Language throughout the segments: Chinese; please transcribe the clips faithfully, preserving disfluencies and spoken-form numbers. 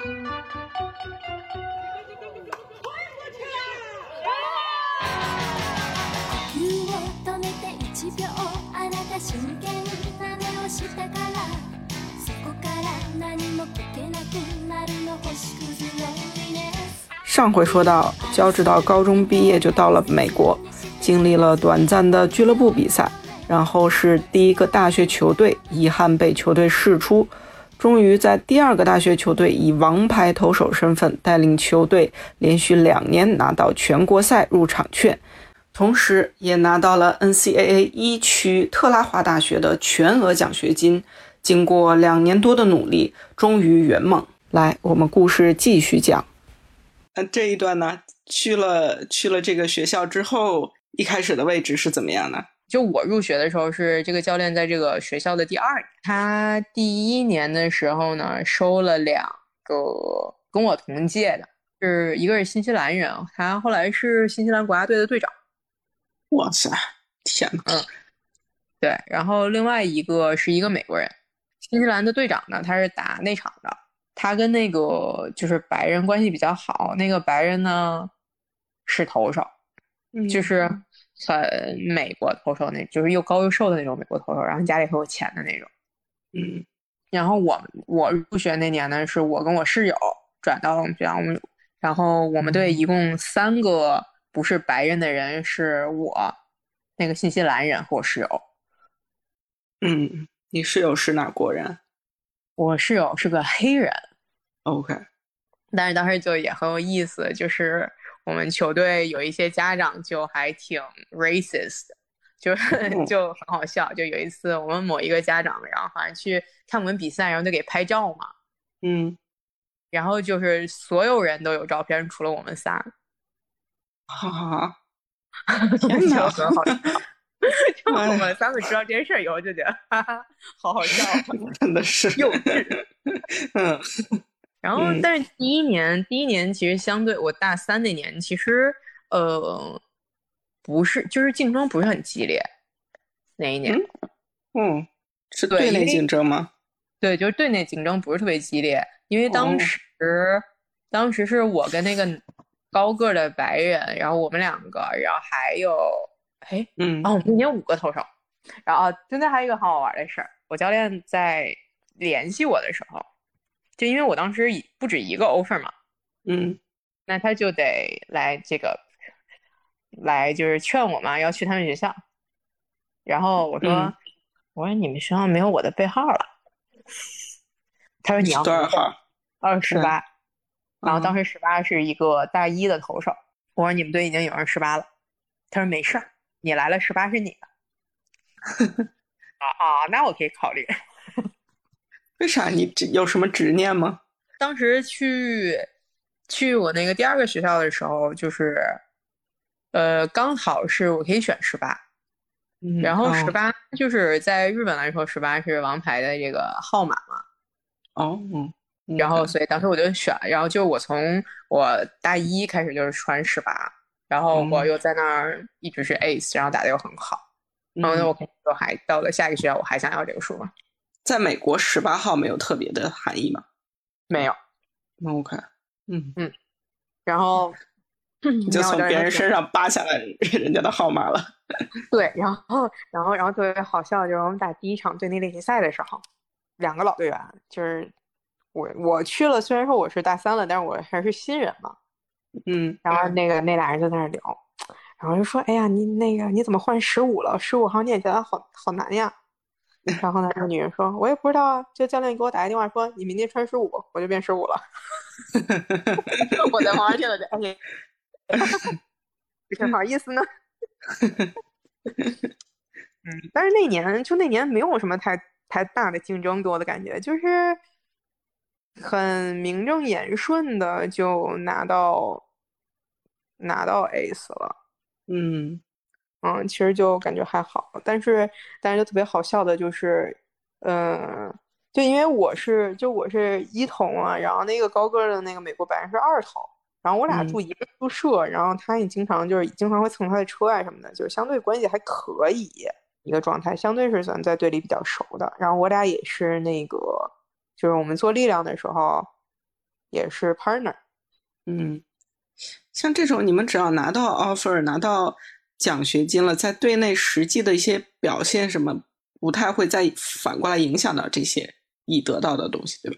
上回说到，乔治到高中毕业就到了美国，经历了短暂的俱乐部比赛，然后是第一个大学球队，遗憾被球队释出，终于在第二个大学球队以王牌投手身份带领球队连续两年拿到全国赛入场券，同时也拿到了 N C double A 一区特拉华大学的全额奖学金。经过两年多的努力，终于圆梦。来，我们故事继续讲。呃，这一段呢，去了去了这个学校之后，一开始的位置是怎么样呢？ 就我入学的时候是这个教练在这个学校的第二年，他第一年的时候呢，收了两个跟我同届的，是一个是新西兰人，他后来是新西兰国家队的队长。 哇塞，天哪！ 嗯，对，然后另外一个是一个美国人。新西兰的队长呢，他是打内场的，他跟那个就是白人关系比较好，那个白人呢是投手， 嗯、 就是很美国投手，那就是又高又瘦的那种美国投手，然后家里很有钱的那种。 嗯， 然后我我入学那年呢，是我跟我室友转到我们学校，我们然后我们队一共三个不是白人的人，是我那个新西兰人和我室友。 嗯。你室友是哪国人？ 我室友是个黑人。 OK。 但是当时就也很有意思，就是我们球队有一些家长就还挺 racist， 就就很好笑。就有一次我们某一个家长，然后好像去看我们比赛，然后就给拍照嘛， 嗯， 然后就是所有人都有照片，除了我们仨。 哈哈， 天哪，就很好笑。就我们三个知道这件事以后就觉得哈哈好好笑， 真的是幼稚。 嗯， 然后但是第一年、嗯、第一年其实相对我大三那年其实呃不是，就是竞争不是很激烈那一年。 嗯，嗯，是队内竞争吗？ 对，就是队内竞争不是特别激烈，因为当时、哦、当时是我跟那个高个的白人，然后我们两个，然后还有哎， 嗯， 哦，我们那年五个投手。然后现在还有一个很好玩的事儿，我教练在联系我的时候，就因为我当时不止一个 offer 嘛， 嗯， 那他就得来这个来就是劝我嘛，要去他们学校。然后我说、嗯、我说你们学校没有我的背号了。他说你要多少号？ 二十八。然后当时十八是一个大一的投手。我说你们队已经有人十八了。他说没事儿，你来了十八是你的。啊啊，那我可以考虑。 为啥？你有什么执念吗？ 当时去去我那个第二个学校的时候，就是呃刚好是我可以选十八。 嗯， 然后十八就是在日本来说，十八是王牌的这个号码嘛。 哦，嗯。 然后所以当时我就选，然后就我从我大一开始就是穿十八，然后我又在那儿一直是 ace， 然后打得又很好。然后呢，我肯定都还到了下一个学校，我还想要这个数嘛。 在美国十八号没有特别的含义吗？ 没有。 OK。嗯嗯，然后你就从别人身上扒下来人家的号码了。 对，然后然后然后特别好笑，就是我们打第一场队内练习赛的时候，两个老队员，就是我我去了，虽然说我是大三了，但是我还是新人嘛。 嗯， 然后那个那俩人就在那聊，然后就说：“哎呀，你那个你怎么换十五了？十五号念起来好好难呀。”然后呢，那女人说：“我也不知道啊，就教练给我打个电话说你明天穿十五，我就变十五了。”我在旁边听了就哎，不好意思呢。嗯，但是那年就那年没有什么太太大的竞争，给我的感觉就是很名正言顺的就拿到拿到 ace 了。 嗯嗯，其实就感觉还好，但是但是就特别好笑的就是，嗯，就因为我是就我是一同啊，然后那个高个的那个美国白人是二同，然后我俩住一个宿舍，然后他也经常就是经常会蹭他的车啊什么的，就是相对关系还可以一个状态，相对是算在队里比较熟的。然后我俩也是那个，就是我们做力量的时候， 也是 partner。 嗯，像这种你们只要拿到 offer 拿到奖学金了，在队内实际的一些表现什么不太会再反过来影响到这些已得到的东西，对吧？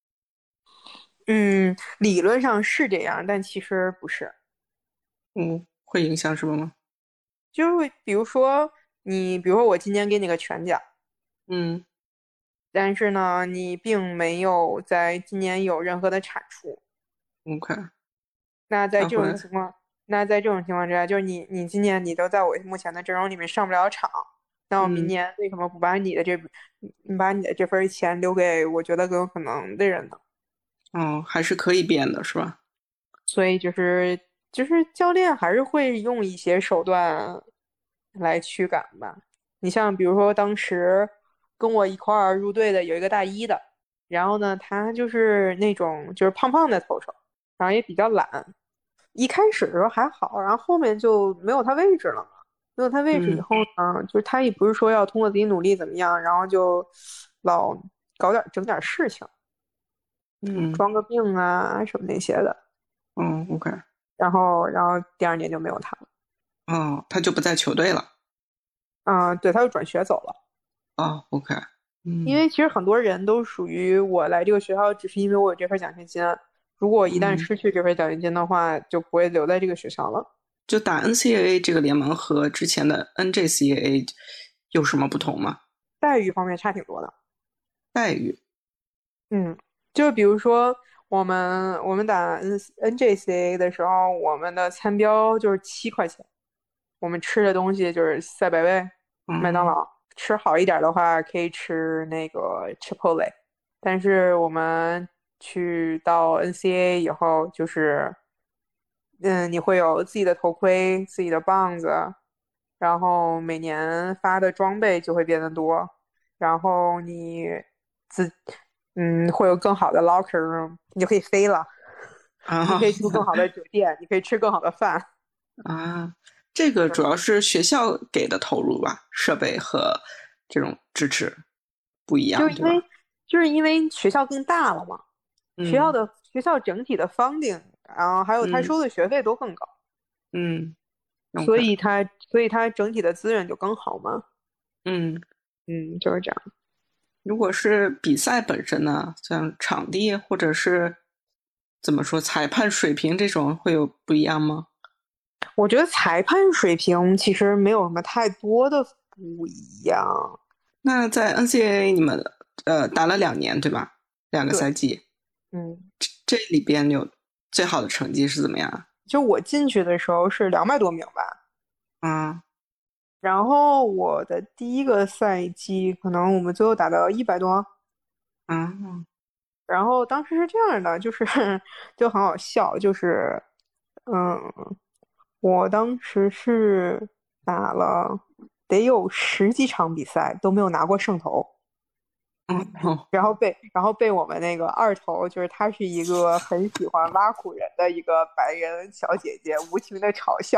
嗯，理论上是这样，但其实不是。 嗯，会影响什么吗？ 就是比如说你，比如说我今年给你个全奖， 嗯但是呢，你并没有在今年有任何的产出。 ，OK， 那在这他会， 种情况，那在这种情况之下，就是你你今年你都在我目前的阵容里面上不了场，那我明嗯年为什么不把你的这你把你的这份钱留给我觉得更有可能的人呢？ 哦，还是可以变的，是吧？ 所以就是就是教练还是会用一些手段来驱赶吧。你像比如说当时跟我一块儿入队的有一个大一的，然后呢，他就是那种就是胖胖的投手，然后也比较懒。一开始的时候还好，然后后面就没有他位置了嘛。没有他位置以嗯后呢，就是他也不是说要通过自己努力怎么样，然后就老搞点整点事情， 嗯装个病啊什么那些的。 哦，OK， 然后然后第二年就没有他了。 哦，他就不在球队了。 嗯，对，他就转学走了。 哦，OK，嗯因为其实很多人都属于我来这个学校，只是因为我有这份奖学金。如果一旦嗯， 失去这份奖学金的话，就不会留在这个学校了。 就打 N C A A 这个联盟和之前的 N J C A A 有什么不同吗？ 待遇方面差挺多的。 待遇？ 嗯，就比如说我们我们打 N NJCA 的时候，我们的餐标就是七块钱，我们吃的东西就是赛百味、麦当嗯劳。吃好一点的话，可以吃那个 Chipotle。但是我们去到 N C A A 以后，就是嗯，你会有自己的头盔、自己的棒子，然后每年发的装备就会变得多，然后你自嗯会有更好的 locker room，你就可以飞了，你啊可以住更好的酒店，你可以吃更好的饭。 啊，这个主要是学校给的投入吧，设备和这种支持不一样， 就是因为对吧？ 就是因为学校更大了嘛，学校嗯的学校整体的 funding，然后还有他嗯收的学费都更高， 嗯所 ，OK， 以他所以他整体的资源就更好嘛。 嗯， 嗯，就是这样。 如果是比赛本身呢，像场地或者是怎么说裁判水平这种会有不一样吗？ 我觉得裁判水平其实没有什么太多的不一样。 那在 N C A A 你们呃打了两年对吧？两个对， 赛季， 嗯， 这里边有最好的成绩是怎么样啊？ 就我进去的时候是两百多名吧， 嗯然后我的第一个赛季可能我们最后打到一百多， 嗯然后当时是这样的，就是就很好笑，就是嗯，我当时是打了得有十几场比赛都没有拿过胜投。 嗯哦， 然后被然后被我们那个二头，就是她是一个很喜欢挖苦人的一个白人小姐姐，无情的嘲笑。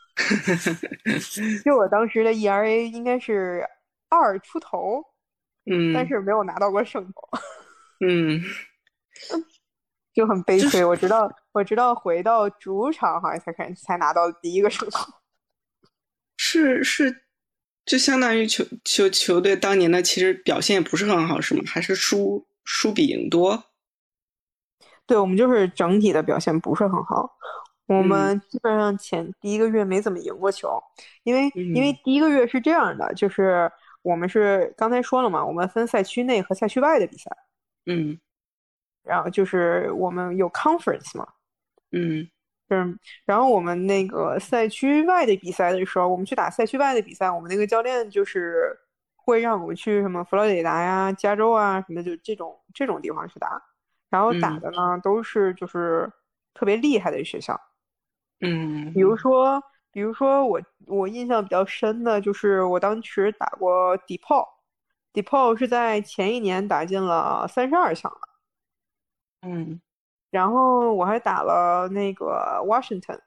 就我当时的 E R A 应该是二出头，但嗯是没有拿到过胜投， 嗯， 就很悲催。 就是我直到我直到回到主场好像才开始才拿到第一个胜投。 是是，就相当于球球球队当年的其实表现也不是很好，是吗？还是输输比赢多？ 对，我们就是整体的表现不是很好。我嗯们基本上前第一个月没怎么赢过球，因为因为嗯第一个月是这样的，就是我们是刚才说了嘛，我们分赛区内和赛区外的比赛， 嗯然后就是我们有 conference 嘛， 嗯嗯，然后我们那个赛区外的比赛的时候，我们去打赛区外的比赛，我们那个教练就是会让我们去什么佛罗里达呀、加州啊什么就这种这种地方去打，然后打嗯的呢都是就是特别厉害的学校。比如嗯说，比如说我我印象比较深的就是我当时打过 DePaul，DePaul 是在前一年打进了三十二强的， 嗯然后我还打了那个 Washington，Washington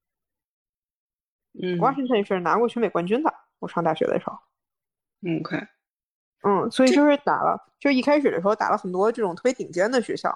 嗯是拿过全美冠军的，我上大学的时候， 嗯，OK， 嗯，所以这就是打了，就一开始的时候打了很多这种特别顶尖的学校，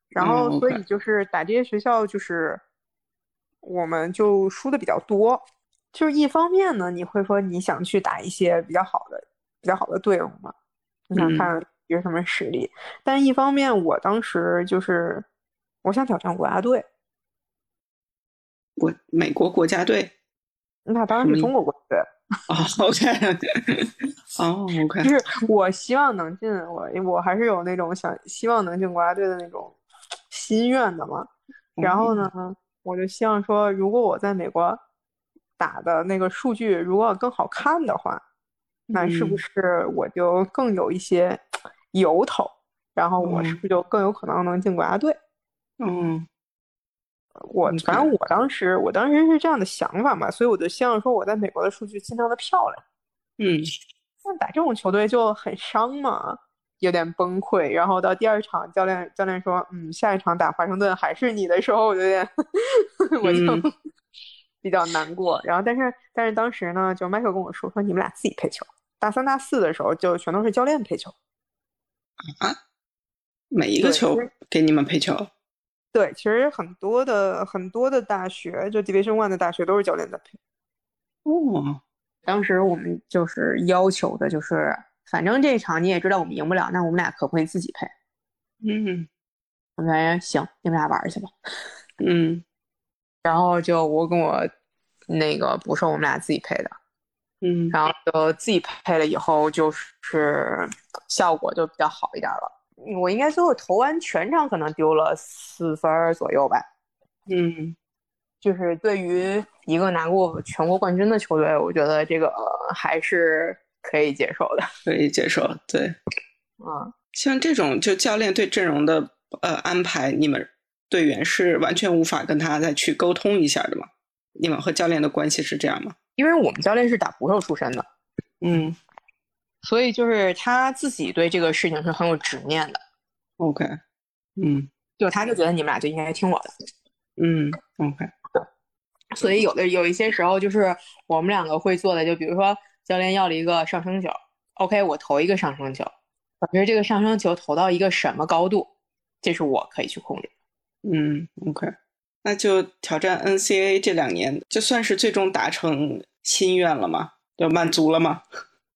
然后嗯，OK， 所以就是打这些学校，就是我们就输的比较多。就是一方面呢，你会说你想去打一些比较好的、比较好的队伍嘛，你想嗯， 看有什么实力。但一方面，我当时就是我想挑战国家队， 国美国国家队那当然是什么意？ 中国国家队。 哦，OK，哦，OK， 就是我希望能进，我我还是有那种想希望能进国家队的那种心愿的嘛。然后哦， 呢，我就希望说，如果我在美国打的那个数据如果要更好看的话，那是不嗯， 是我就更有一些由头？然后我是哦， 不是就更有可能能进国家队？ 哦我反正 ，OK， 我当时我当时是这样的想法嘛，所以我就希望说我在美国的数据尽量的漂亮。 嗯但打这种球队就很伤嘛，有点崩溃。然后到第二场，教练教练说：“嗯，下一场打华盛顿还是你的时候，我就有点我就嗯比较难过。然后但是但是当时呢，就麦克跟我说说你们俩自己配球。大三大四的时候就全都是教练配球。 啊，每一个对，其球实给你们配球。 对，其实很多的很多的大学，就 Division One 的大学都是教练在配。 哦， 当时我们就是要求的就是，反正这一场你也知道我们赢不了，那我们俩可不可以自己配？ 嗯我们说行，你们俩玩去吧。 嗯然后就我跟我那个捕手，我们俩自己配的， 嗯， 然后就自己配了以后，就是效果就比较好一点了。我应该最后投完全场可能丢了四分左右吧。 嗯， 就是对于一个拿过全国冠军的球队，我觉得这个、呃还是可以接受的。 可以接受。对， 嗯， 像这种就教练对阵容的呃安排，你们队员是完全无法跟他再去沟通一下的吗？你们和教练的关系是这样吗？ 因为我们教练是打捕手出身的， 嗯所以就是他自己对这个事情是很有执念的， ，OK，嗯就他就觉得你们俩就应该听我的。 嗯，OK， 所以有的有一些时候就是我们两个会做的，就比如说教练要了一个上升球，OK，我投一个上升球，可是这个上升球投到一个什么高度，这是我可以去控制。 嗯，OK，那就挑战 N C A A 这两年，就算是最终达成心愿了吗？就满足了吗？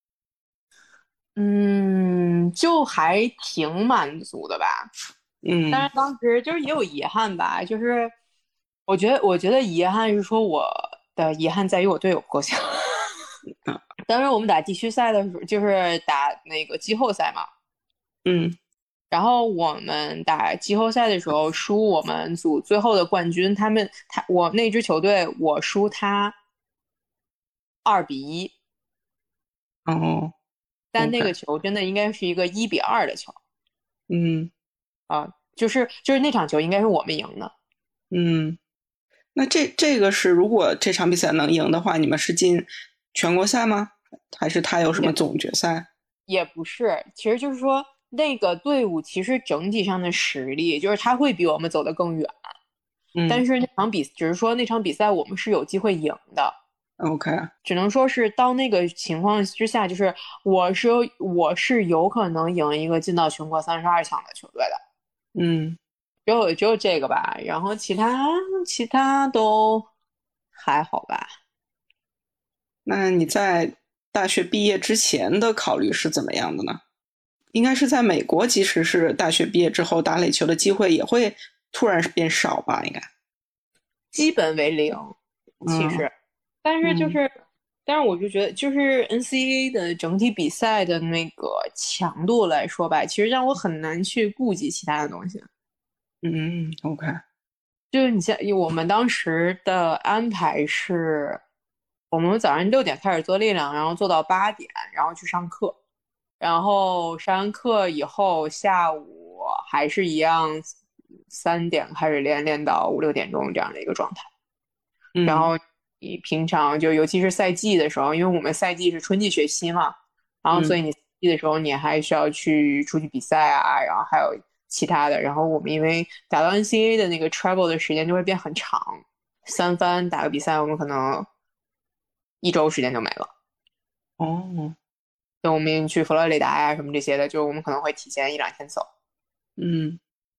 嗯，就还挺满足的吧。但嗯是当时就是也有遗憾吧，就是我觉得我觉得遗憾是说我的遗憾在于我队友不够强。 啊当时我们打地区赛的时候，就是打那个季后赛嘛。 嗯然后我们打季后赛的时候输我们组最后的冠军，他们他我那支球队我输他二比一， 哦但那 ，OK， 个球真的应该是一个一比二的球嗯啊，就是就是那场球应该是我们赢的。 嗯。那这这个是如果这场比赛能赢的话，你们是进全国赛吗？还是他有什么也总决赛？ 也不是，其实就是说那个队伍其实整体上的实力就是他会比我们走得更远，但嗯是那场比只是说那场比赛我们是有机会赢的。 ，OK， 只能说是到那个情况之下，就是我是有我是有可能赢一个进到全国三十二强的球队的， 嗯， 只有只有这个吧，然后其他其他都还好吧。 那你在大学毕业之前的考虑是怎么样的呢？应该是在美国，即使是大学毕业之后，打垒球的机会也会突然变少吧？应该， 基本为零，其嗯实，但是就嗯是，但是我就觉得，就是 N C A A 的整体比赛的那个强度来说吧，其实让我很难去顾及其他的东西。 嗯，OK， 就是你像我们当时的安排是，我们早上六点开始做力量，然后做到八点，然后去上课，然后上完课以后，下午还是一样，三点开始练，练到五六点钟这样的一个状态。然嗯后你平常就尤其是赛季的时候，因为我们赛季是春季学期嘛，然后所嗯以你赛季的时候你还需要去出去比赛啊，然后还有其他的。然后我们因为打到 N C A A 的那个 travel 的时间就会变很长，三番打个比赛，我们可能一周时间就没了。 哦就我们去佛罗里达呀、什么这些的，就我们可能会提前一两天走。 嗯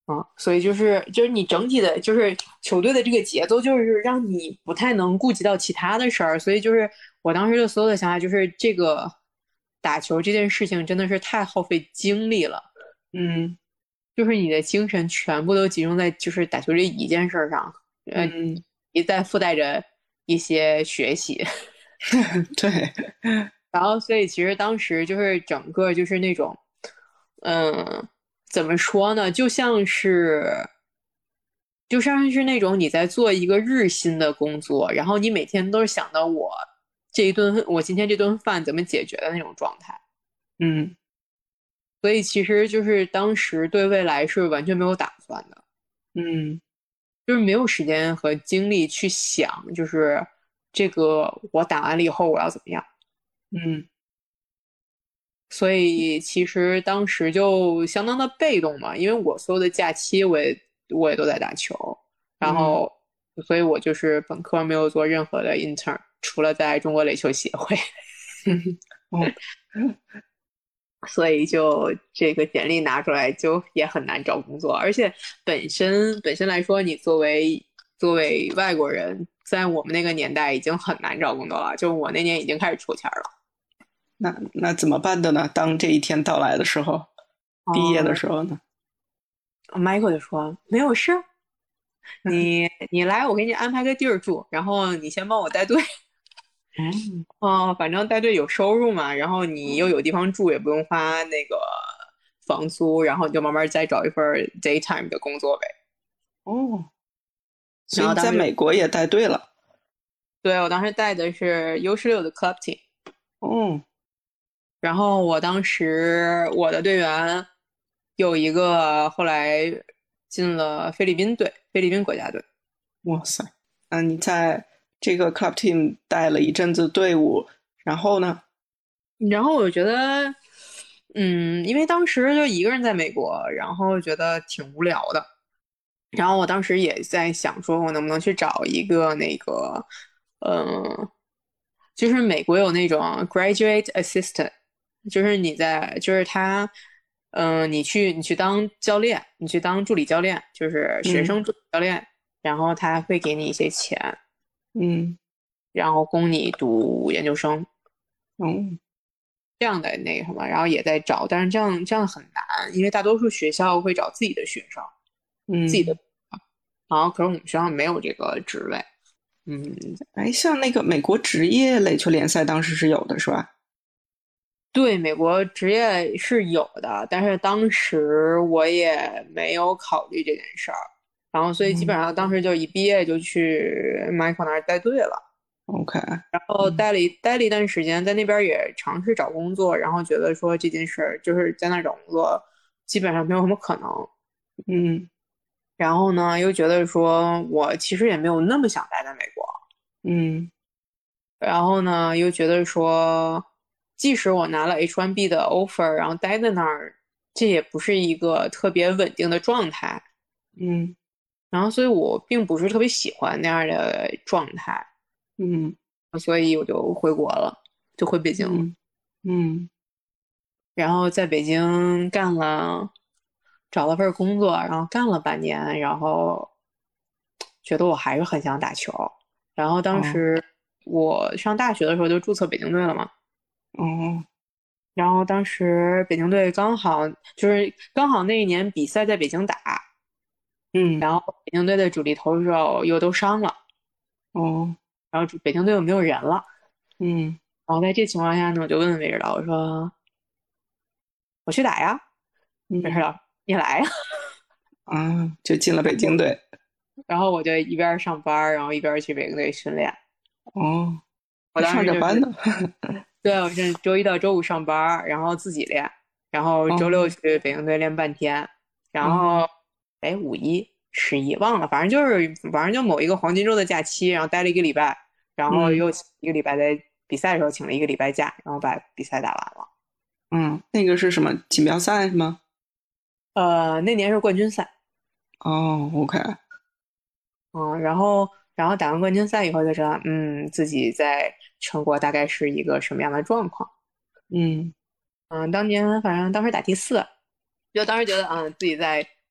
啊，所以就是就是你整体的，就是球队的这个节奏，就是让你不太能顾及到其他的事儿。所以就是我当时的所有的想法，就是这个打球这件事情真的是太耗费精力了。 嗯就是你的精神全部都集中在就是打球这一件事上，呃， 嗯， 也在附带着一些学习。 对， 然后所以其实当时就是整个就是那种，嗯，怎么说呢，就像是就像是那种你在做一个日薪的工作，然后你每天都是想到我这一顿我今天这顿饭怎么解决的那种状态。 嗯所以其实就是当时对未来是完全没有打算的。 嗯就是没有时间和精力去想，就是这个我打完了以后我要怎么样。 嗯所以其实当时就相当的被动嘛，因为我所有的假期我也我也都在打球，然嗯后所以我就是本科没有做任何的 intern，除了在中国垒球协会。 嗯，哦， 所以就这个简历拿出来就也很难找工作，而且本身本身来说，你作为作为外国人，在我们那个年代已经很难找工作了。就我那年已经开始抽签了。 那那怎么办的呢？当这一天到来的时候，毕业的嗯时候呢？ ，Michael 就说没有事，你你来，我给你安排个地儿住，然后你先帮我带队。 嗯哦，反正带队有收入嘛，然后你又有地方住，也不用花那个房租，然后你就慢慢再找一份 daytime 的工作呗。 哦，所以你在然后当时美国也带队了。 对，我当时带的是 U 十六的 club team， 哦， 然后我当时我的队员有一个后来进了菲律宾队，菲律宾国家队。 哇塞，那你在这个 club team 带了一阵子队伍，然后呢？ 然后我觉得，嗯，因为当时就一个人在美国，然后觉得挺无聊的。然后我当时也在想，说我能不能去找一个那个，嗯，就是美国有那种 graduate assistant，就是你在，就是他，嗯，你去你去当教练，你去当助理教练，就是学嗯生助理教练，然后他会给你一些钱， 嗯然后供你读研究生哦这样的那个什么，然后也在找，但是这样这样很难，因为大多数学校会找自己的学生，自己的， 嗯， 然后可是我们学校没有这个职位。嗯， 哎，像那个美国职业垒球联赛当时是有的，是吧？ 对，美国职业是有的，但是当时我也没有考虑这件事儿，然后所以基本嗯上当时就一毕业就去 Michael 那儿带队了， ，OK， 然后嗯待了一待了一段时间，在那边也尝试找工作，然后觉得说这件事儿就是在那儿找工作基本上没有什么可能， 嗯然后呢又觉得说我其实也没有那么想待在美国， 嗯然后呢，又觉得说，即使我拿了 H 一 B 的 offer，然后待在那儿，这也不是一个特别稳定的状态。 嗯然后，所以我并不是特别喜欢那样的状态， 嗯所以我就回国了，就回北京了。 嗯嗯然后在北京干了，找了份工作，然后干了半年，然后觉得我还是很想打球。然后当哦时我上大学的时候就注册北京队了嘛。 哦然后当时北京队刚好就是刚好那一年比赛在北京打， 嗯然后北京队的主力投手又都伤了， 哦然后北京队又没有人了。 嗯然后在这情况下呢，我就问问魏指导，我说我去打呀，魏指嗯导你来呀。 啊，就进了北京队。 然后我就一边上班，然后一边去北京队训练。 哦， 我还当时就是上着班呢。 对，我是周一到周五上班，然后自己练，然后周哦六去北京队练半天，然哦后哎五一、十一忘了，反正就是反正就某一个黄金周的假期，然后待了一个礼拜，然后嗯又请一个礼拜在比赛的时候请了一个礼拜假，然后把比赛打完了。 嗯，那个是什么锦标赛是吗？ 呃，那年是冠军赛， 哦，OK， 嗯，然后然后打完冠军赛以后就知道，嗯，自己在全国大概是一个什么样的状况。 嗯嗯，当年反正当时打第四，就当时觉得，嗯，自己在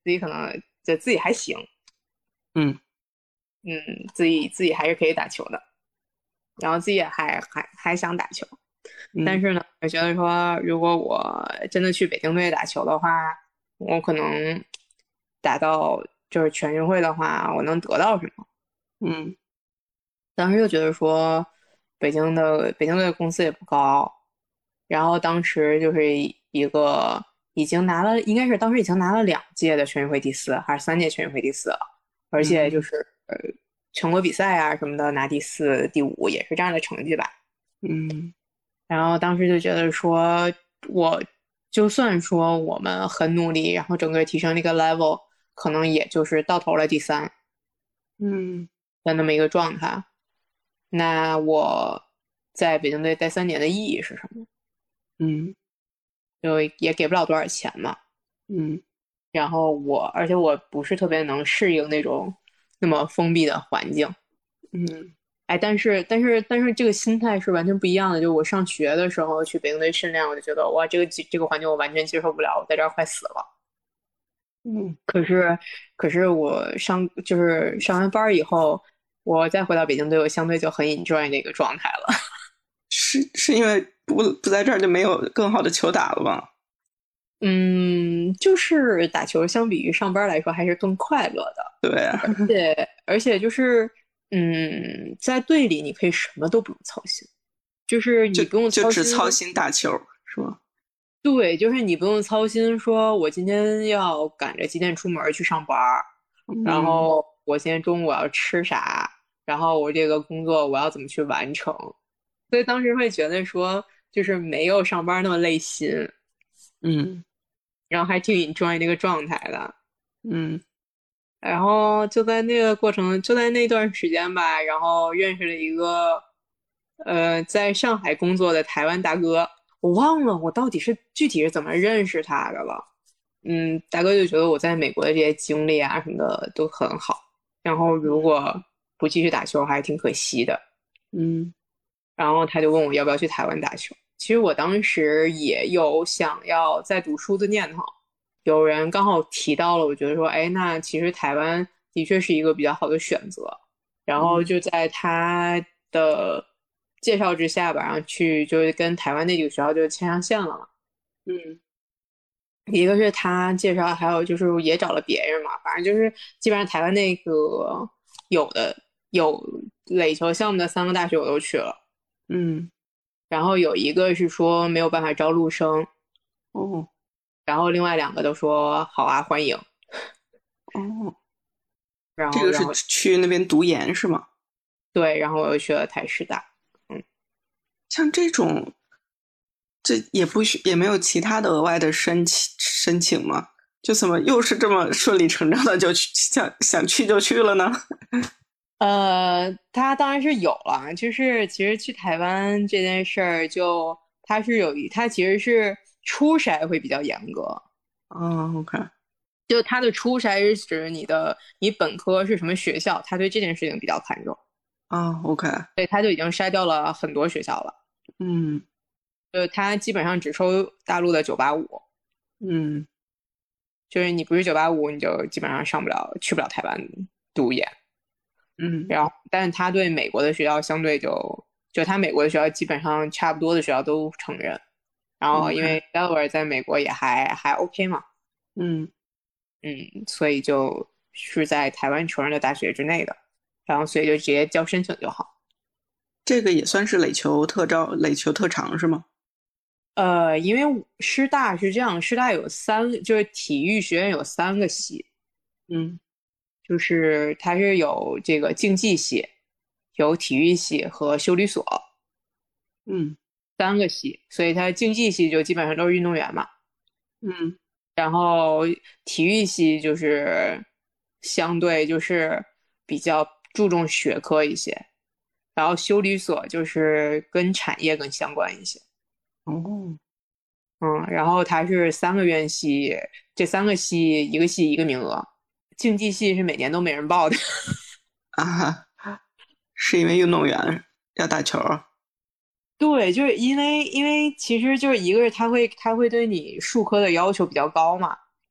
自己可能就自己还行， 嗯嗯，自己自己还是可以打球的，然后自己也还还还想打球，但嗯是呢，我觉得说如果我真的去北京队打球的话，我可能打到就是全运会的话，我能得到什么？ 嗯当时就觉得说，北京的北京队的工资也不高，然后当时就是一个已经拿了，应该是当时已经拿了两届的全运会第四，还是三届全运会第四了，而且就嗯是呃全国比赛啊什么的拿第四、第五也是这样的成绩吧。 嗯然后当时就觉得说，我就算说我们很努力，然后整个提升那个 level，可能也就是到头了第三嗯的那么一个状态。那我在北京队待三年的意义是什么？ 嗯就也给不了多少钱嘛。 嗯然后我，而且我不是特别能适应那种那么封闭的环境。 嗯哎，但是但是但是这个心态是完全不一样的。就我上学的时候去北京队训练，我就觉得哇，这个这个环境我完全接受不了，我在这儿快死了。 嗯， 可是可是我上就是上完班以后，我再回到北京队，我相对就很 enjoy 那个状态了。 是是因为不不在这儿就没有更好的球打了吗？ 嗯，就是打球相比于上班来说还是更快乐的， 对啊， 而且而且就是嗯，在队里你可以什么都不用操心，就是就你不用就操心， 只操心打球是吗？ 对，就是你不用操心说我今天要赶着几点出门去上班，然嗯后我今天中午要吃啥，然后我这个工作我要怎么去完成，所以当时会觉得说就是没有上班那么累心， 嗯然后还挺 enjoy 那个状态的。 嗯然后就在那个过程，就在那段时间吧，然后认识了一个，呃，在上海工作的台湾大哥，我忘了我到底是具体是怎么认识他的了。嗯，大哥就觉得我在美国的这些经历啊什么的都很好，然后如果不继续打球还挺可惜的。 嗯然后他就问我要不要去台湾打球。其实我当时也有想要再读书的念头，有人刚好提到了，我觉得说，哎，那其实台湾的确是一个比较好的选择。然后嗯就在他的介绍之下吧，然后去就是跟台湾那几个学校就牵上线了嘛。 嗯一个是他介绍，还有就是也找了别人嘛，反正就是基本上台湾那个有的有垒球项目的三个大学我都去了。 嗯然后有一个是说没有办法招录生， 哦然后另外两个都说好啊，欢迎。 哦， 然这个是后然后去那边读研是吗？ 对，然后我又去了台师大。嗯， 像这种，这也不需也没有其他的额外的申请申请吗？就怎么又是这么顺理成章的就去想想去就去了呢？ 呃，他当然是有了，就是其实去台湾这件事儿，就他是有一，他其实是初筛会比较严格， 哦，OK， 就他的初筛是指你的你本科是什么学校，他对这件事情比较看重， 哦，OK， 所以他就已经筛掉了很多学校了， 嗯就他基本上只收大陆的九八五。 嗯就是你不是九八五，你就基本上上不了，去不了台湾读研。 嗯然后，但是他对美国的学校相对就就他美国的学校基本上差不多的学校都承认。然后，因 ，OK， 为 Delaware 在美国也还还 OK 嘛， 嗯， 嗯，所以就是在台湾承认的大学之内的，然后所以就直接交申请就好。 这个也算是垒球特招、垒球特长是吗？ 呃，因为师大是这样，师大有三，就是体育学院有三个系， 嗯就是它是有这个竞技系、有体育系和修理所嗯三个系，所以它竞技系就基本上都是运动员嘛， 嗯然后体育系就是相对就是比较注重学科一些，然后修理所就是跟产业更相关一些。 哦嗯，然后它是三个院系，这三个系一个系一个名额，竞技系是每年都没人报的。 啊，是因为运动员要打球？ 对，就是因为因为其实就是一个是他会他会对你术科的要求比较高嘛，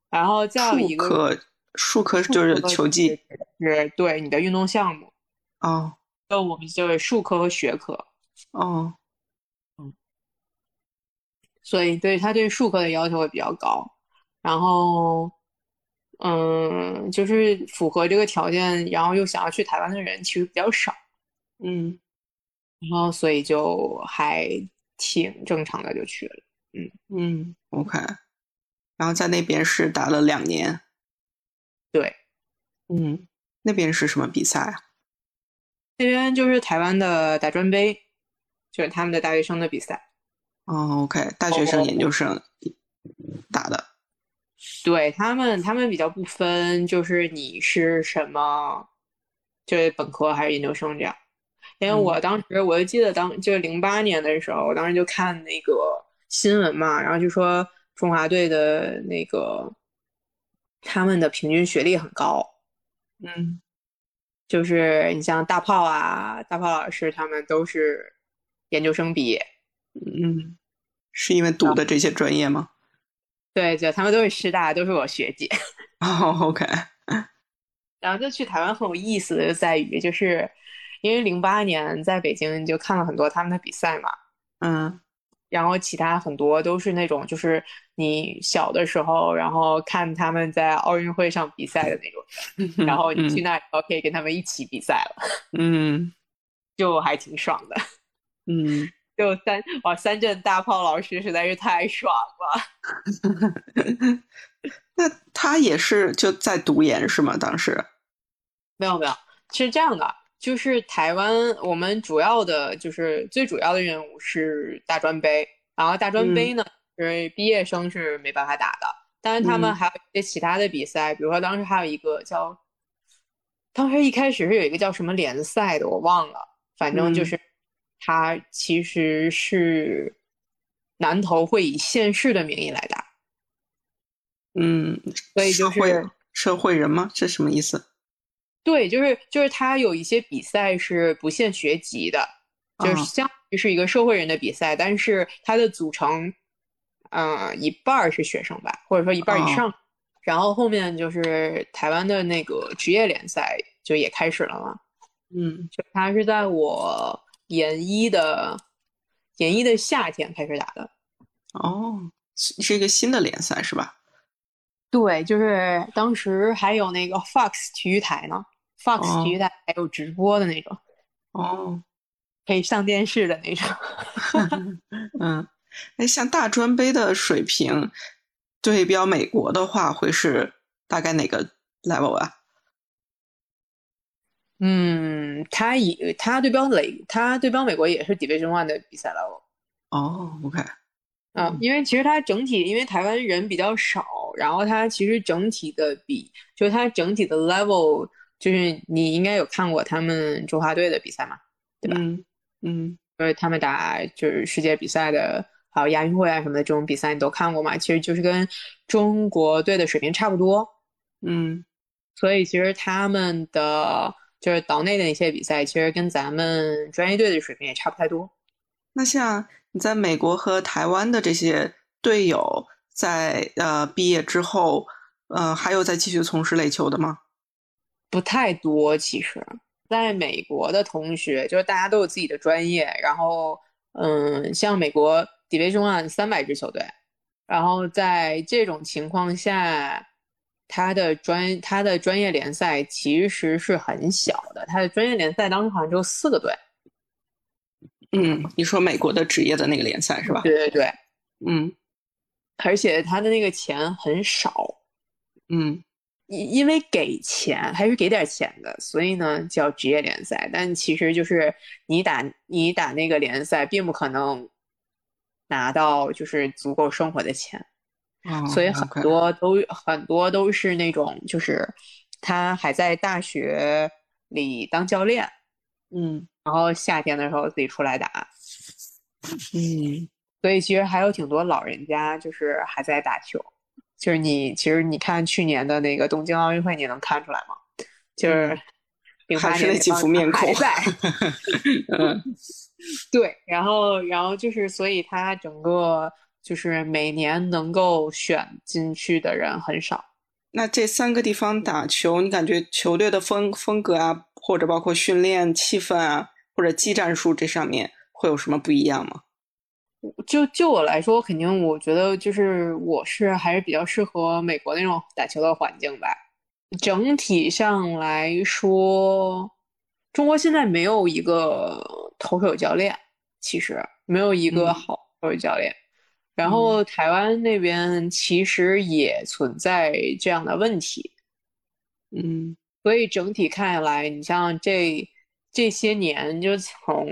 然后再有一个术科，术科就是球技。 是对你的运动项目， 哦就我们就是术科和学科。 哦， 嗯，所以对他对术科的要求会比较高，然后嗯，就是符合这个条件，然后又想要去台湾的人其实比较少， 嗯然后所以就还挺正常的就去了。嗯， 嗯，OK。然后在那边是打了两年。 对， 嗯，那边是什么比赛啊？ 这边就是台湾的大专杯，就是他们的大学生的比赛。 哦，OK，大学生、研究生打的。 对，他们，他们比较不分，就是你是什么，就是本科还是研究生这样。因为嗯我当时我就记得当就是零八年的时候，我当时就看那个新闻嘛，然后就说中华队的那个他们的平均学历很高， 嗯就是你像大炮啊、大炮老师他们都是研究生毕业， 嗯，是因为读的这些专业吗？ 对，就他们都是师大，都是我学姐。 哦，OK。 然后就去台湾很有意思的就在于，就是因为零八年在北京就看了很多他们的比赛嘛， 嗯然后其他很多都是那种就是你小的时候，然后看他们在奥运会上比赛的那种人，然后你去嗯那以后可以跟他们一起比赛了， 嗯就还挺爽的。 嗯。 就三哇三镇大炮老师实在是太爽了。 那他也是就在读研是吗？当时？ 没有没有，是这样的，就是台湾我们主要的就是最主要的任务是大专杯，然后大专杯嗯呢，就是毕业生是没办法打的，但是他们嗯还有一些其他的比赛，比如说当时还有一个叫，当时一开始是有一个叫什么联赛的，我忘了，反正就嗯是它其实是南投会以县市的名义来打， 嗯， 所以就社会是社会人吗？这什么意思？ 对，就是就是他有一些比赛是不限学籍的，就是啊相当于是一个社会人的比赛，但是它的组成，呃，一半儿是学生吧，或者说一半儿以哦上，然后后面就是台湾的那个职业联赛就也开始了嘛， 嗯就他是在我研一的研一的夏天开始打的， 哦，是是一个新的联赛是吧？ 对，就是当时还有那个 Fox 体育台呢，Fox 体育哦台还有直播的那种， 哦。 可以上电视的那种。 嗯，哎，像大专杯的水平对标美国的话，会是大概哪个 level 啊？ 嗯，他以他对标雷，他对标美国也是 Division One 的比赛 level 哦，OK。 啊， 嗯因为其实它整体，因为台湾人比较少，然后它其实整体的比，就是它整体的 level，就是你应该有看过他们中华队的比赛嘛，对吧？ 嗯嗯就是他们打就是世界比赛的，还有亚运会啊什么的这种比赛，你都看过嘛？其实就是跟中国队的水平差不多， 嗯。 所以其实他们的就是岛内的一些比赛，其实跟咱们专业队的水平也差不太多。 那像你在美国和台湾的这些队友在，呃毕业之后，呃还有再继续从事垒球的吗？ 不太多，其实在美国的同学，就是大家都有自己的专业，然后嗯，像美国 Division One 三百支球队，然后在这种情况下，他的专他的专业联赛其实是很小的，他的专业联赛当时好像只有四个队。 嗯，你说美国的职业的那个联赛是吧？ 对对对， 嗯而且他的那个钱很少， 嗯因因为给钱还是给点钱的，所以呢叫职业联赛。但其实就是你打你打那个联赛，并不可能拿到就是足够生活的钱，所以哦很 ，OK。 多都很多都是那种就是他还在大学里当教练， 嗯然后夏天的时候自己出来打。 嗯所以其实还有挺多老人家就是还在打球。就是你其实你看去年的那个东京奥运会，你能看出来吗？就是嗯， 零八还是那几年那帮人副面孔。 还在。 嗯对，然后然后就是，所以他整个就是每年能够选进去的人很少。 那这三个地方打球，你感觉球队的风风格啊，或者包括训练气氛啊，或者技战术这上面会有什么不一样吗？ 就就我来说，肯定我觉得就是我是还是比较适合美国那种打球的环境吧。整体上来说，中国现在没有一个投手教练，其实没有一个好投手教练。嗯、然后台湾那边其实也存在这样的问题。 嗯， 所以整体看下来，你像这这些年，就从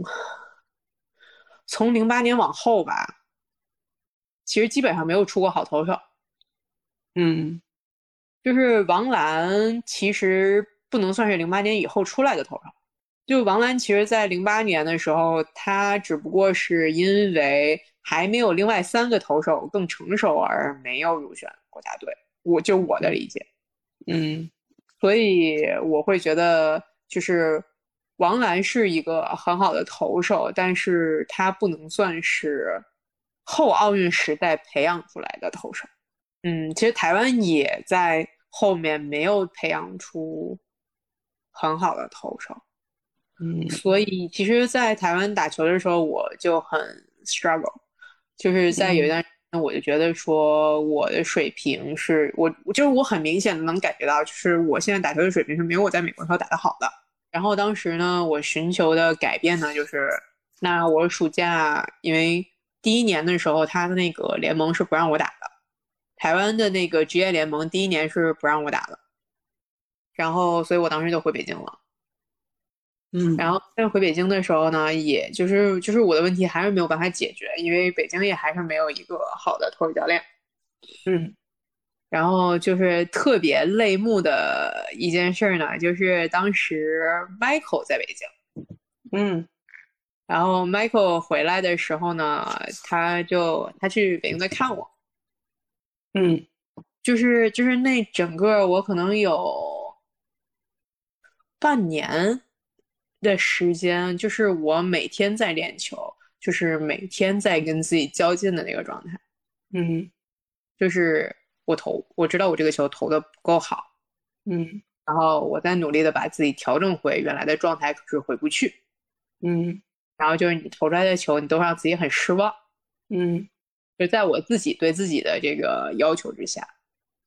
从零八年往后吧，其实基本上没有出过好投手。 嗯， 就是王兰其实不能算是零八年以后出来的投手。就王兰其实在零八年的时候，他只不过是因为还没有另外三个投手更成熟而没有入选国家队。我就我的理解。 嗯， 所以我会觉得就是王兰是一个很好的投手，但是他不能算是后奥运时代培养出来的投手。嗯，其实台湾也在后面没有培养出很好的投手。 嗯， 所以其实在台湾打球的时候我就很 struggle， 就是在有一段时间我就觉得说我的水平是我就是我很明显的能感觉到，就是我现在打球的水平是没有我在美国时候打得好的。然后当时呢我寻求的改变呢，就是那我暑假因为第一年的时候他的那个联盟是不让我打的，台湾的那个职业联盟第一年是不让我打的，然后所以我当时就回北京了。 嗯， 然后但回北京的时候呢，也就是就是我的问题还是没有办法解决，因为北京也还是没有一个好的投手教练。 嗯， 然后就是特别泪目的一件事呢，就是当时 Michael 在北京， 嗯， 然后 Michael 回来的时候呢，他就他去北京队看我， 嗯， 就是就是那整个我可能有半年的时间，就是我每天在练球，就是每天在跟自己较劲的那个状态。 嗯， 就是我投，我知道我这个球投的不够好， 嗯， 然后我在努力的把自己调整回原来的状态，可是回不去。 嗯， 然后就是你投出来的球，你都让自己很失望。 嗯， 就在我自己对自己的这个要求之下。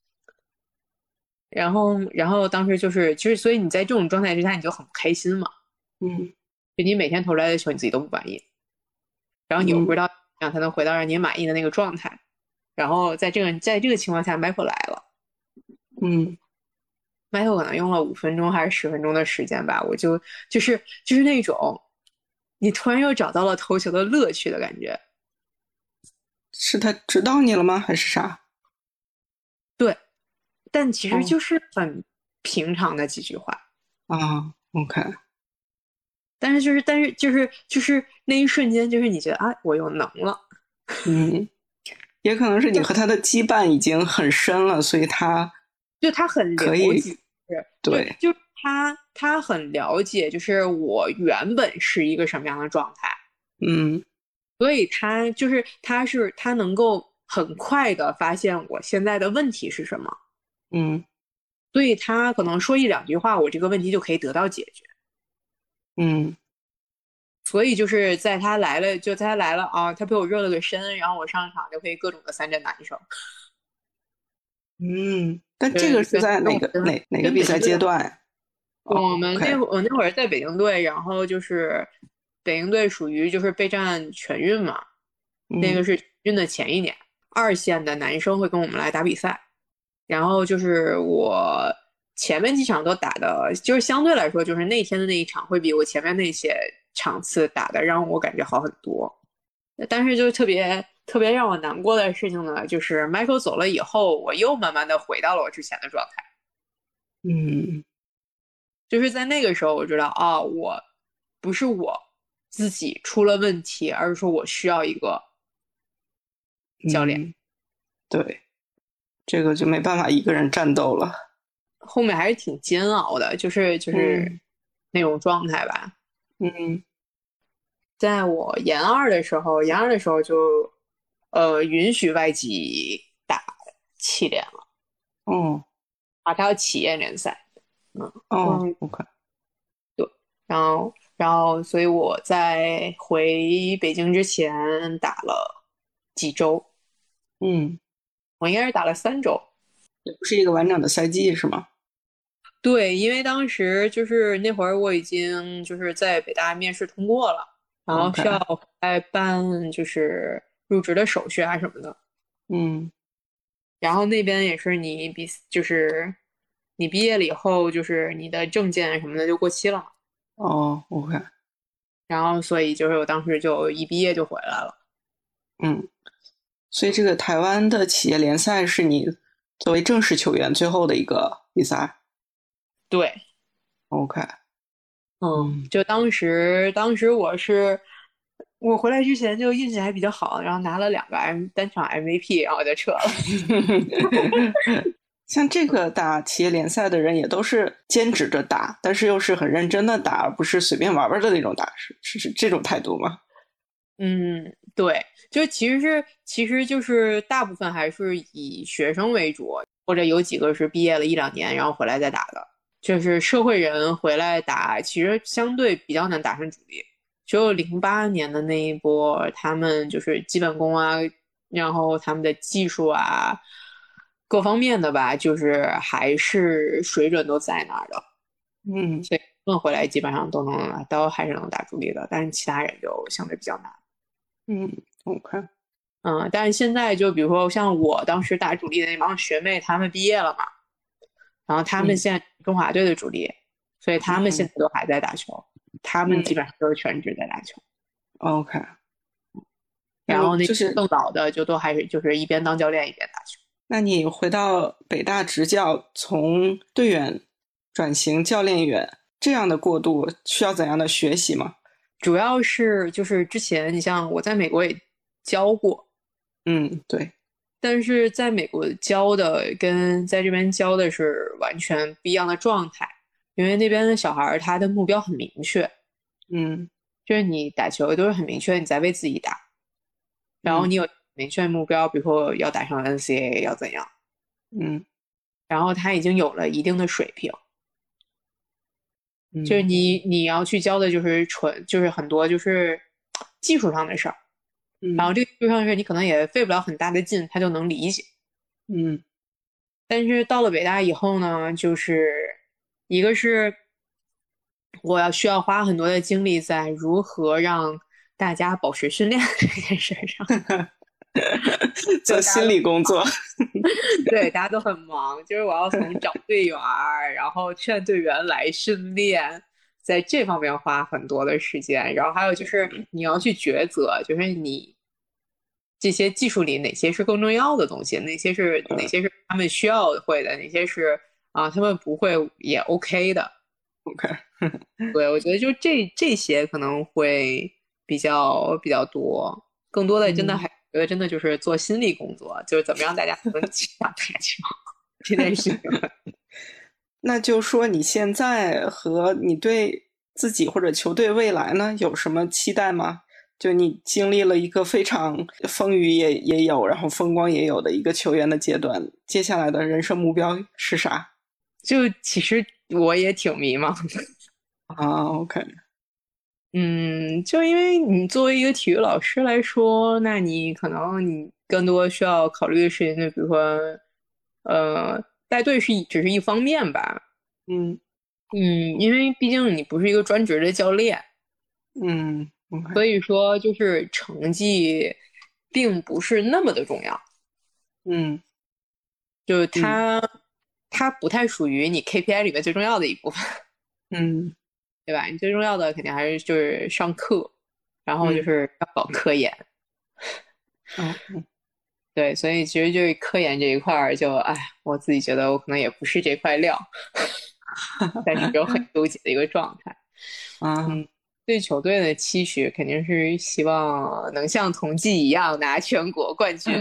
然后，然后当时就是，其实所以你在这种状态之下，你就很不开心嘛。 嗯， 就你每天投出来的球，你自己都不满意，然后你又不知道怎样才能回到让你满意的那个状态。然后在这个在这个情况下 ，Michael 来了。 嗯 ，Michael 可能用了五分钟还是十分钟的时间吧，我就就是就是那种，你突然又找到了投球的乐趣的感觉。 是他指导你了吗？还是啥？ 对，但其实就是很平常的几句话。 啊，OK。 但是就是，但是就是就是那一瞬间，就是你觉得啊，我又能了。 嗯，也可能是你和他的羁绊已经很深了，所以他就他很了解， 对， 就就他他很了解，就是我原本是一个什么样的状态。 嗯， 所以他就是他是他能够很快的发现我现在的问题是什么。 嗯， 所以他可能说一两句话，我这个问题就可以得到解决。 嗯， 所以就是在他来了，就在他来了啊，他陪我热了个身，然后我上场就可以各种的三振打一手。 嗯，但这个是在哪个哪哪个比赛阶段？ 我们那会我那会儿在北京队，然后就是北京队属于就是备战全运嘛， 嗯、 那个是运的前一年，二线的男生会跟我们来打比赛，然后就是我前面几场都打的，就是相对来说，就是那天的那一场会比我前面那些场次打的让我感觉好很多。但是就特别特别让我难过的事情呢，就是 Michael 走了以后，我又慢慢的回到了我之前的状态。 嗯， 就是在那个时候我知道啊、哦，我不是我自己出了问题，而是说我需要一个教练。 嗯、对，这个就没办法一个人战斗了。 后面还是挺煎熬的，就是就是那种状态吧。 嗯， 在我研二的时候，研二的时候就呃允许外籍打七联了。 哦啊，它有企业联赛。嗯哦嗯， ，OK。 对。然后然后，所以我在回北京之前打了几周， 嗯， 我应该是打了三周。 也不是一个完整的赛季是吗对，因为当时就是那会儿我已经就是在北大面试通过了，然后 ？OK。 需要再办就是入职的手续啊什么的。 嗯。 然后那边也是你毕就是你毕业了以后，就是你的证件什么的就过期了嘛。 哦，OK。 然后所以就是我当时就一毕业就回来了。 嗯，所以这个台湾的企业联赛是你作为正式球员最后的一个比赛对。 ？OK。 嗯， 嗯。 就当时当时我是我回来之前就运气还比较好，然后拿了两个 M 单场 M V P，然后我就撤了。 像这个打企业联赛的人也都是兼职着打，但是又是很认真的打，而不是随便玩玩的那种打，是是是这种态度吗？ 嗯，对，就其实是其实就是大部分还是以学生为主，或者有几个是毕业了一两年然后回来再打的。就是社会人回来打，其实相对比较难打上主力。只有零八年的那一波，他们就是基本功啊，然后他们的技术啊，各方面的吧，就是还是水准都在那儿的。 嗯。 所以他们回来基本上都能都还是能打主力的，但是其他人就相对比较难。 嗯，OK。 嗯，但是现在就比如说像我当时打主力的那帮学妹，她们毕业了嘛，然后她们嗯现在中华队的主力，所以她们现嗯在都还在打球，她们基嗯本上都是全职在打球。 ，OK。 然后那嗯，就是更早的就都还是就是一边当教练一边打球。 那你回到北大执教，从队员转型教练员这样的过渡，需要怎样的学习吗？ 主要是就是之前你像我在美国也教过， 嗯，对。 但是在美国教的跟在这边教的是完全不一样的状态，因为那边的小孩他的目标很明确， 嗯就是你打球都是很明确你在为自己打，然后嗯你有明确目标，比如说要打上 N C A A 要怎样， 嗯然后他已经有了一定的水平，就是嗯你你要去教的就是纯就是很多就是技术上的事儿，然后嗯这个技术上的事儿你可能也费不了很大的劲，他就能理解。 嗯但是到了北大以后呢，就是一个是我要需要花很多的精力在如何让大家保持训练这件事上。 嗯，做心就大家都理工作。 对大家都很忙，就是我要从找队员儿，然后劝队员来训练，在这方面花很多的时间。然后还有就是你要去抉择，就是你这些技术里哪些是更重要的东西，哪些是哪些是他们需要会的，哪些是啊他们不会也 OK 的。 OK。 对，我觉得就这这些可能会比较比较多，更多的真的嗯， 还觉得真的就是做心理工作，就是怎么让大家能喜欢打球这件事情。 那就说你现在和你对自己或者球队未来呢有什么期待吗？就你经历了一个非常风雨也也有，然后风光也有的一个球员的阶段，接下来的人生目标是啥？ 就其实我也挺迷茫的。 啊，OK。 嗯，就因为你作为一个体育老师来说，那你可能你更多需要考虑的事情，就比如说，呃，带队是一只是一方面吧。 嗯嗯，因为毕竟你不是一个专职的教练， 嗯，OK。 所以说就是成绩并不是那么的重要， 嗯就是嗯它它不太属于你 K P I 里面最重要的一部分。 嗯对吧？你最重要的肯定还是就是上课，然后就嗯。 是要搞科研。 哦。嗯对，所以其实就是科研这一块儿，就哎，我自己觉得我可能也不是这块料，但是有很纠结的一个状态。 啊。 嗯，对球队的期许肯定是希望能像同济一样拿全国冠军。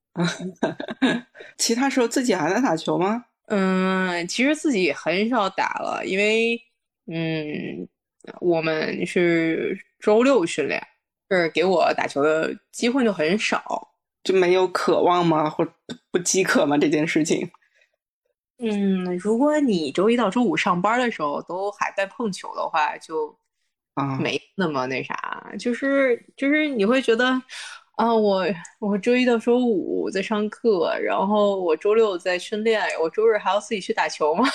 其他时候自己还在打球吗？ 嗯，其实自己也很少打了，因为嗯，我们是周六训练，是给我打球的机会就很少。 就没有渴望吗？或不饥渴吗？这件事情？ 嗯，如果你周一到周五上班的时候都还在碰球的话，就啊， 没那么那啥，就是就是你会觉得，啊，我我周一到周五在上课，然后我周六在训练，我周日还要自己去打球吗？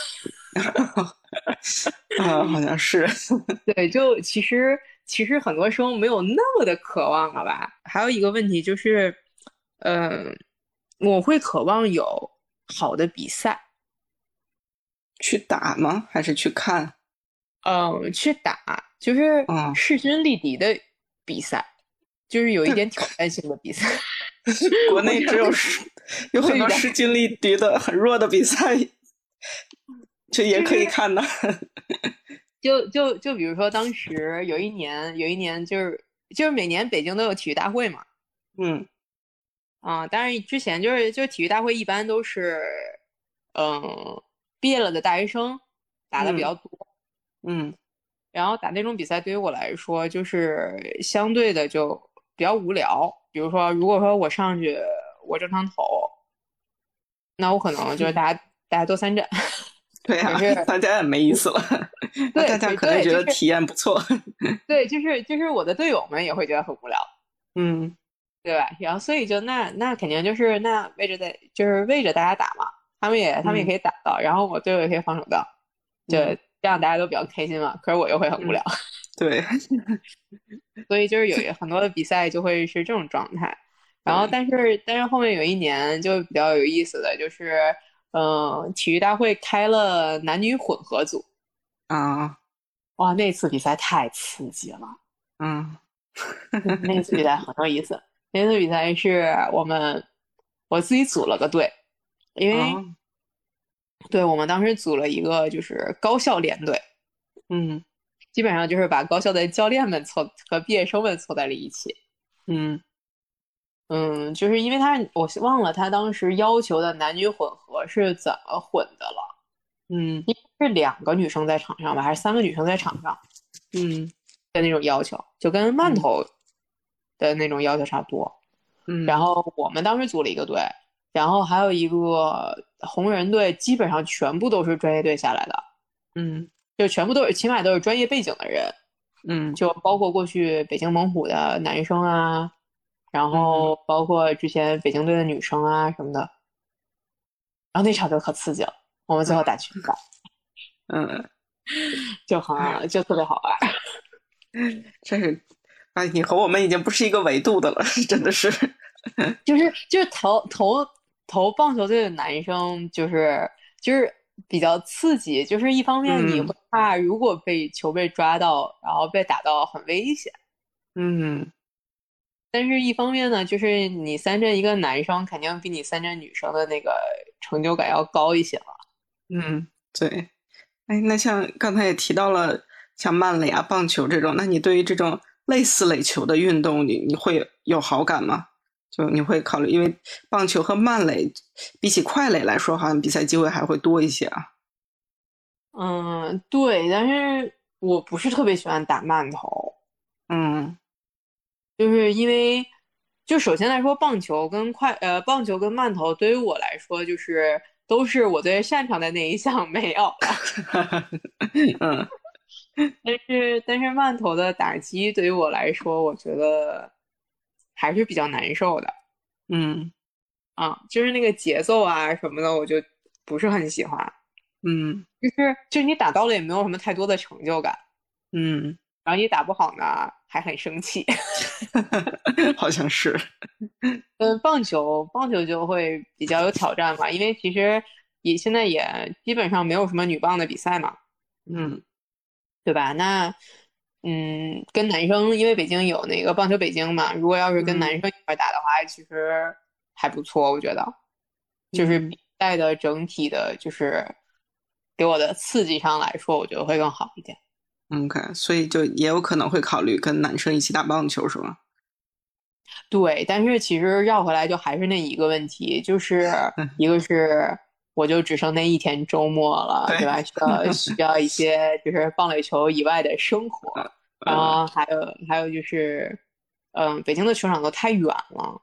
啊，好像是。 对，就其实其实很多时候没有那么的渴望了吧。还有一个问题就是，嗯、我会渴望有好的比赛。 去打吗？还是去看？ 嗯，去打就是啊， 势均力敌的比赛，就是有一点挑战性的比赛。 国我觉得内只有势有很多会比较， 势均力敌的很弱的比赛，这也就是可以看的。 就就就比如说当时有一年，有一年就是就是每年北京都有体育大会嘛， 嗯啊，当然之前就是就是体育大会一般都是，嗯，毕业了的大学生打的比嗯较多， 嗯然后打那种比赛对于我来说就是相对的就比较无聊。比如说，如果说我上去我正常投，那我可能就是大家大家都三振。 对呀、 可是大家也没意思了。那大对， 家可能可对，就是觉得体验不错。 对，就是就是我的队友们也会觉得很无聊， 嗯对吧？然后所以就那那肯定就是那为着在就是为着大家打嘛，他们也他们也可嗯以打到，然后我队友也可以防守到，就嗯这样大家都比较开心嘛。可是我又会很无聊。 嗯，对所以就是有很多的比赛就会是这种状态。然后对但是但是后面有一年就比较有意思的就是，嗯、体育大会开了男女混合组。 啊， 哇，那次比赛太刺激了。 嗯嗯，那次比赛很有意思。那次比赛是我们我自己组了个队，因为啊对我们当时组了一个就是高校联队， 嗯基本上就是把高校的教练们凑和毕业生们凑在了一起。 嗯嗯，就是因为他我忘了他当时要求的男女混合是怎么混的了， 嗯是两个女生在场上吧，还是三个女生在场上嗯的那种要求，就跟慢嗯投的那种要求差不多。然嗯后我们当时组了一个队，然后还有一个红人队，基本上全部都是专业队下来的， 嗯就全部都是起码都是专业背景的人， 嗯就包括过去北京猛虎的男生啊，然嗯后包括之前北京队的女生啊什么的。然后那场就可刺激了，我们最后打决赛嗯， 就很就特别好玩。 这是，哎，你和我们已经不是一个维度的了，真的是。 就是就是投投投棒球队的男生，就是就是比较刺激，就是一方面你嗯会怕如果被球被抓到，然后被打到很危险， 嗯但是一方面呢，就是你三振一个男生，肯定比你三振女生的那个成就感要高一些了。 嗯，对。哎，那像刚才也提到了像慢垒啊、棒球这种，那你对于这种类似垒球的运动，你你会有好感吗？就你会考虑，因为棒球和慢垒比起快垒来说，好像比赛机会还会多一些啊。 嗯，对，但是我不是特别喜欢打慢投。 嗯就是因为，就首先来说，棒球跟快呃，棒球跟慢投对于我来说，就是都是我最擅长的那一项没有了。 嗯但是但是慢投的打击对于我来说，我觉得还是比较难受的嗯啊，就是那个节奏啊什么的，我就不是很喜欢。 嗯就是就是你打到了也没有什么太多的成就感， 嗯， 然后你打不好呢还很生气。 好像是。 嗯，棒球棒球就会比较有挑战嘛，因为其实也现在也基本上没有什么女棒的比赛嘛， 嗯对吧？那嗯，跟男生因为北京有那个棒球北京嘛，如果要是跟男嗯生一块打的话，其实还不错，我觉得就是嗯比赛的整体的，就是给我的刺激上来说，我觉得会更好一点。 ，OK，所以就也有可能会考虑跟男生一起打棒球，是吗？ 对，但是其实绕回来就还是那一个问题，就是一个是我就只剩那一天周末了，对对， 吧？需要需要一些就是棒垒球以外的生活，然呃， 后还有还有就是，嗯，北京的球场都太远了，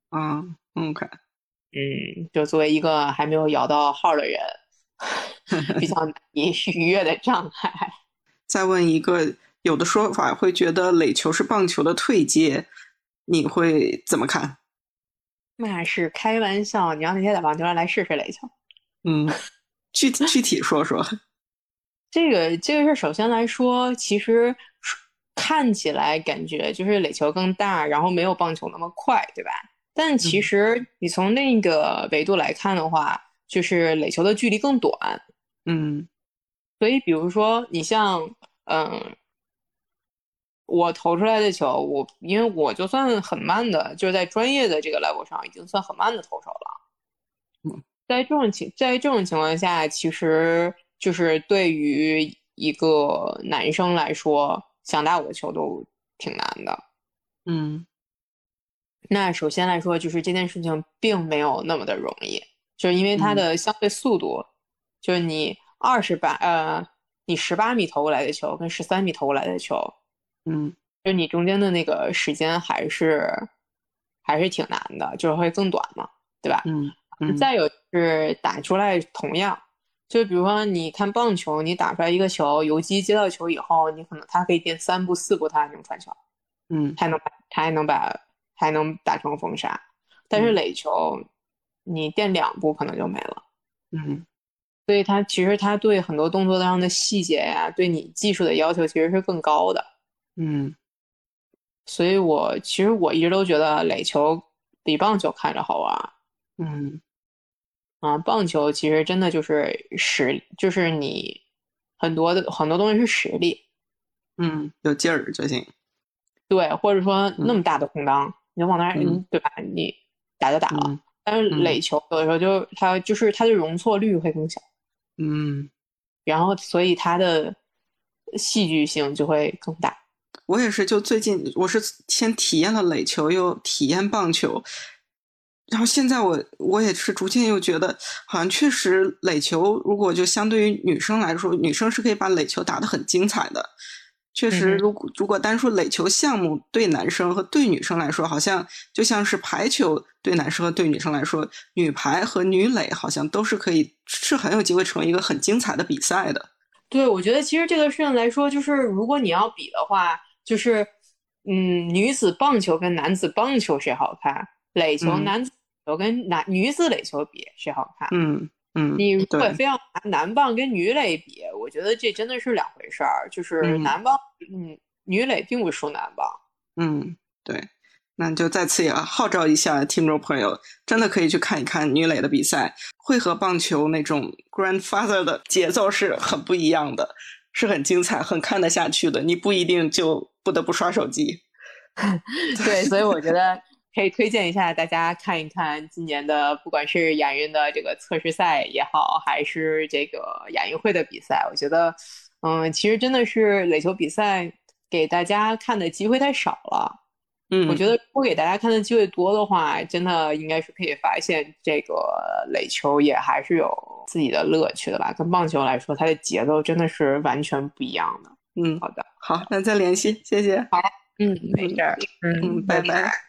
啊，OK， 嗯，就作为一个还没有摇到号的人，比较难以逾越的障碍。 再问一个，有的说法会觉得垒球是棒球的退阶，你会怎么看？ 那是开玩笑，你让那些打棒球人来试试垒球。 嗯，具体具体说说。 这个这个事儿，首先来说，其实看起来感觉就是垒球更大，然后没有棒球那么快，对吧？但其实你从那个维度来看的话，就是垒球的距离更短。 嗯所以比如说你像，嗯，我投出来的球，我因为我就算很慢的，就是在专业的这个 level 上已经算很慢的投手了。 嗯在这种情在这种情况下，其实就是对于一个男生来说，想打我的球都挺难的。 嗯那首先来说，就是这件事情并没有那么的容易，就是因为它嗯的相对速度，就是你二十八呃，你十八米投过来的球跟十三米投过来的球， 嗯就你中间的那个时间还是还是挺难的，就是会更短嘛，对吧？ 嗯嗯再有是打出来同样，就比如说你看棒球，你打出来一个球，游击接到球以后，你可能他可以垫三步四步，他还能传球， 嗯还能他还能把还能打成封杀。但是嗯垒球，你垫两步可能就没了。 嗯所以它其实它对很多动作上的细节呀，对你技术的要求其实是更高的。 嗯所以我其实我一直都觉得垒球比棒球看着好玩。 嗯啊，棒球其实真的就是实，就是你很多的很多东西是实力。 嗯，有劲儿就行。 对，或者说那嗯么大的空当，你就往那儿， 嗯嗯，对吧？你打就打了。 嗯但是嗯垒球有的时候就它就是它的容错率会更小， 嗯， 然后所以它的戏剧性就会更大。 我也是，就最近我是先体验了垒球，又体验棒球，然后现在我我也是逐渐又觉得，好像确实垒球如果就相对于女生来说，女生是可以把垒球打得很精彩的。确实， 嗯哼。 如果如果单说垒球项目对男生和对女生来说，好像就像是排球对男生和对女生来说，女排和女垒好像都是可以是很有机会成为一个很精彩的比赛的。 对，我觉得其实这个事情来说，就是如果你要比的话，就是嗯，女子棒球跟男子棒球谁好看？垒球嗯男子球跟男女子垒球比谁好看？ 嗯嗯， 你如果对， 非要拿男棒跟女垒比，我觉得这真的是两回事儿。就是嗯男棒，嗯，女垒并不输男棒。 嗯对。那就在此也号召一下听众朋友，真的可以去看一看女垒的比赛，会和棒球那种 grandfather 的节奏是很不一样的，是很精彩、很看得下去的。你不一定就不得不刷手机。 对，所以我觉得可以推荐一下大家看一看今年的，不管是亚运的这个测试赛也好，还是这个亚运会的比赛。我觉得，嗯，其实真的是垒球比赛给大家看的机会太少了。我嗯觉得如果给大家看的机会多的话，真的应该是可以发现这个垒球也还是有自己的乐趣的吧。跟棒球来说，它的节奏真的是完全不一样的。 嗯， 好的， 好，那再联系，谢谢。 嗯，没事嗯儿， 嗯， 嗯，拜拜。 拜拜。